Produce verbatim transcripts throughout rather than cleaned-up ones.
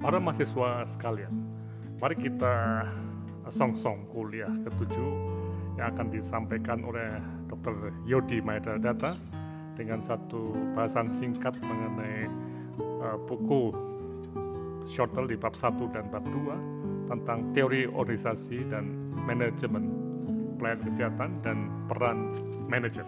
Para mahasiswa sekalian, mari kita song-song kuliah ketujuh yang akan disampaikan oleh dokter Yodi Mahendradata dengan satu bahasan singkat mengenai uh, buku Shortle di bab satu dan bab dua tentang teori organisasi dan manajemen pelayanan kesehatan dan peran manajer.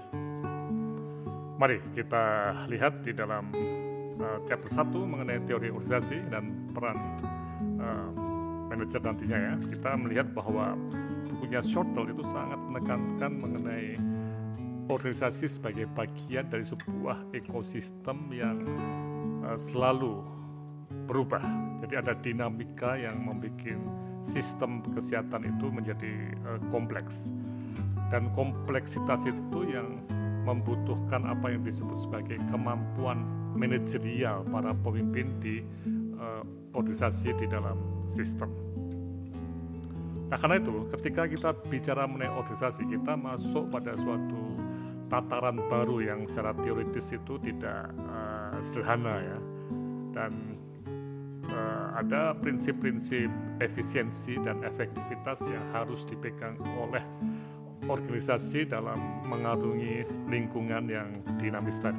Mari kita lihat di dalam uh, chapter satu mengenai teori organisasi dan peran uh, manajer nantinya ya. Kita melihat bahwa bukunya Shortle itu sangat menekankan mengenai organisasi sebagai bagian dari sebuah ekosistem yang uh, selalu berubah. Jadi ada dinamika yang membuat sistem kesehatan itu menjadi uh, kompleks. Dan kompleksitas itu yang membutuhkan apa yang disebut sebagai kemampuan manajerial para pemimpin di uh, organisasi di dalam sistem. Nah, karena itu ketika kita bicara mengenai organisasi, kita masuk pada suatu tataran baru yang secara teoritis itu tidak uh, sederhana ya. Dan uh, ada prinsip-prinsip efisiensi dan efektivitas yang harus dipegang oleh organisasi dalam mengarungi lingkungan yang dinamis tadi.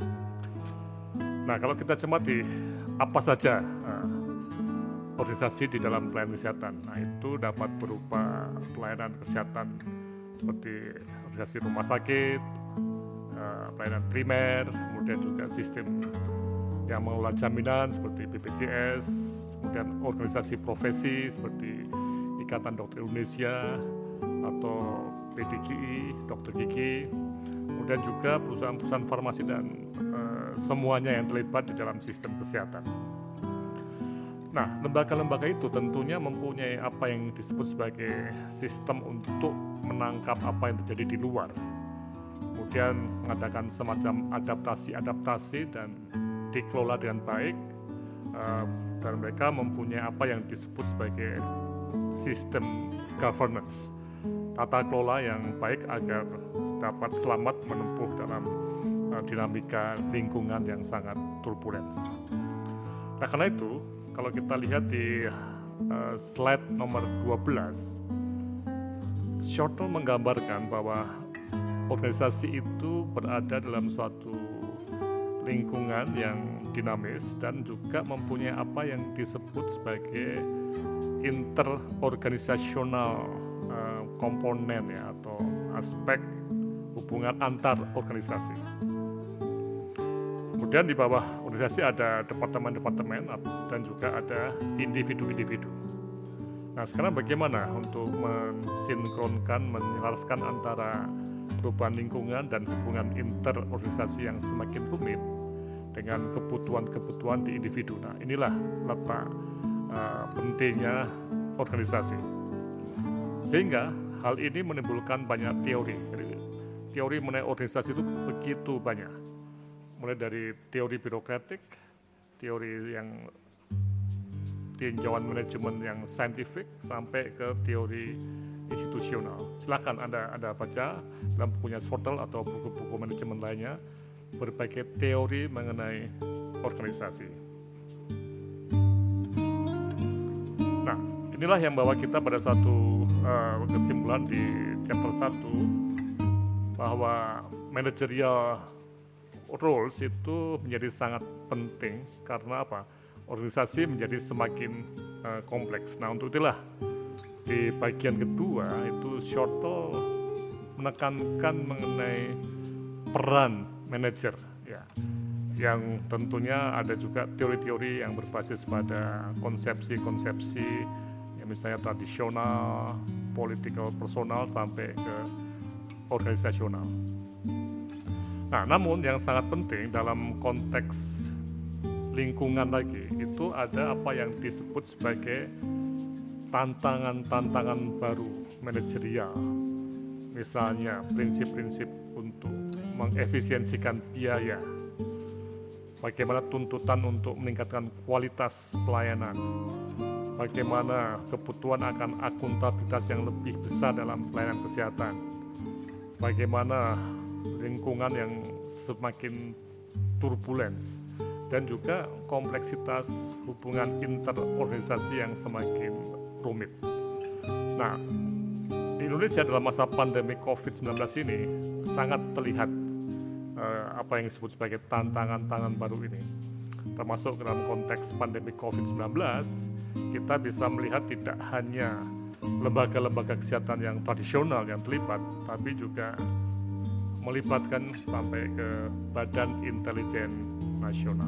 Nah, kalau kita cermati apa saja uh, organisasi di dalam pelayanan kesehatan, nah itu dapat berupa pelayanan kesehatan seperti organisasi rumah sakit, uh, pelayanan primer, kemudian juga sistem yang mengelola jaminan seperti B P J S, kemudian organisasi profesi seperti Ikatan Dokter Indonesia atau P D G I, Dokter Gigi, kemudian juga perusahaan-perusahaan farmasi dan e, semuanya yang terlibat di dalam sistem kesehatan. Nah, lembaga-lembaga itu tentunya mempunyai apa yang disebut sebagai sistem untuk menangkap apa yang terjadi di luar, kemudian mengadakan semacam adaptasi-adaptasi dan dikelola dengan baik, e, dan mereka mempunyai apa yang disebut sebagai sistem governance, tata kelola yang baik agar dapat selamat menempuh dalam uh, dinamika lingkungan yang sangat turbulens. Nah, karena itu, kalau kita lihat di uh, slide nomor dua belas, Shortle menggambarkan bahwa organisasi itu berada dalam suatu lingkungan yang dinamis dan juga mempunyai apa yang disebut sebagai interorganisasional komponen ya atau aspek hubungan antar organisasi. Kemudian di bawah organisasi ada departemen-departemen dan juga ada individu-individu. Nah, sekarang bagaimana untuk mensinkronkan, menyelaraskan antara perubahan lingkungan dan hubungan interorganisasi yang semakin rumit dengan kebutuhan-kebutuhan di individu. Nah, inilah letak uh, pentingnya organisasi. Sehingga hal ini menimbulkan banyak teori. Jadi, teori mengenai organisasi itu begitu banyak. Mulai dari teori birokratik, teori yang tinjauan manajemen yang saintifik, sampai ke teori institusional. Silakan Anda Anda baca dalam bukunya Shortle atau buku-buku manajemen lainnya berbagai teori mengenai organisasi. Nah, inilah yang membawa kita pada satu uh, kesimpulan di chapter satu bahwa managerial roles itu menjadi sangat penting karena apa? Organisasi menjadi semakin uh, kompleks. Nah, untuk itulah di bagian kedua itu Shortle menekankan mengenai peran manajer ya. Yang tentunya ada juga teori-teori yang berbasis pada konsepsi-konsepsi misalnya tradisional, political personal sampai ke organisasional. Nah, namun yang sangat penting dalam konteks lingkungan lagi itu ada apa yang disebut sebagai tantangan-tantangan baru manajerial. Misalnya prinsip-prinsip untuk mengefisiensikan biaya, bagaimana tuntutan untuk meningkatkan kualitas pelayanan, bagaimana kebutuhan akan akuntabilitas yang lebih besar dalam pelayanan kesehatan, bagaimana lingkungan yang semakin turbulens dan juga kompleksitas hubungan interorganisasi yang semakin rumit. Nah, di Indonesia dalam masa pandemi covid sembilan belas ini sangat terlihat eh, apa yang disebut sebagai tantangan-tantangan baru ini. Termasuk dalam konteks pandemi covid sembilan belas, kita bisa melihat tidak hanya lembaga-lembaga kesehatan yang tradisional yang terlibat, tapi juga melibatkan sampai ke Badan Intelijen Nasional.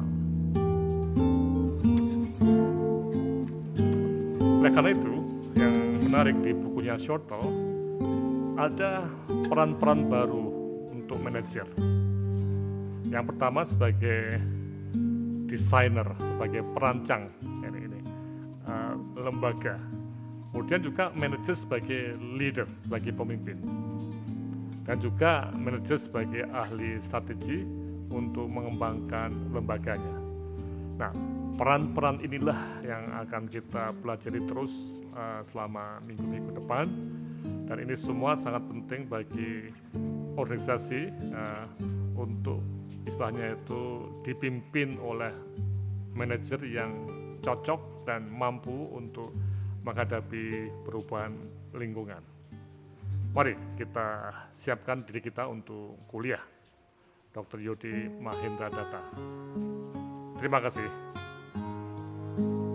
Oleh karena itu, yang menarik di bukunya Shortle, ada peran-peran baru untuk manajer. Yang pertama sebagai desainer, sebagai perancang ini, ini uh, lembaga. Kemudian juga manajer sebagai leader, sebagai pemimpin. Dan juga manajer sebagai ahli strategi untuk mengembangkan lembaganya. Nah, peran-peran inilah yang akan kita pelajari terus uh, selama minggu-minggu depan. Dan ini semua sangat penting bagi organisasi uh, untuk istilahnya itu dipimpin oleh manajer yang cocok dan mampu untuk menghadapi perubahan lingkungan. Mari kita siapkan diri kita untuk kuliah. dokter Yodi Mahendra Datta. Terima kasih.